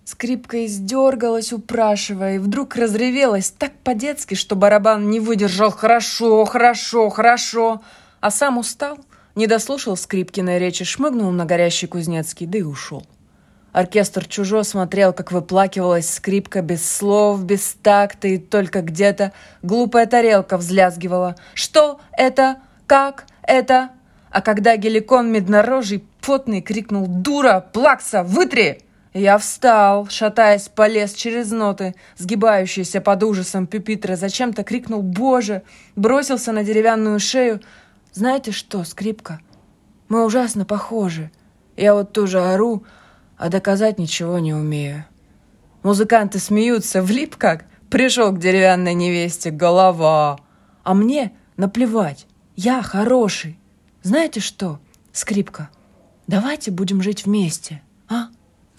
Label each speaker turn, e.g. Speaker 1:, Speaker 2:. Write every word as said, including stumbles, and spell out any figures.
Speaker 1: Скрипка издергалась, упрашивая, и вдруг разревелась так по-детски, что барабан не выдержал «хорошо, хорошо, хорошо», а сам устал, не дослушал скрипкиной речи, шмыгнул на горящий Кузнецкий, да и ушел. Оркестр чужо смотрел, как выплакивалась скрипка без слов, без такта, и только где-то глупая тарелка взлязгивала. «Что это? Как это?» А когда геликон меднорожий, потный, крикнул «Дура! Плакса! Вытри!» Я встал, шатаясь, полез через ноты, сгибающиеся под ужасом пюпитра, зачем-то крикнул «Боже!», бросился на деревянную шею. Знаете что, скрипка? Мы ужасно похожи. Я вот тоже ору, а доказать ничего не умею. Музыканты смеются, влип как, пришел к деревянной невесте, голова. А мне наплевать, я хороший. Знаете что, скрипка, давайте будем жить вместе, а?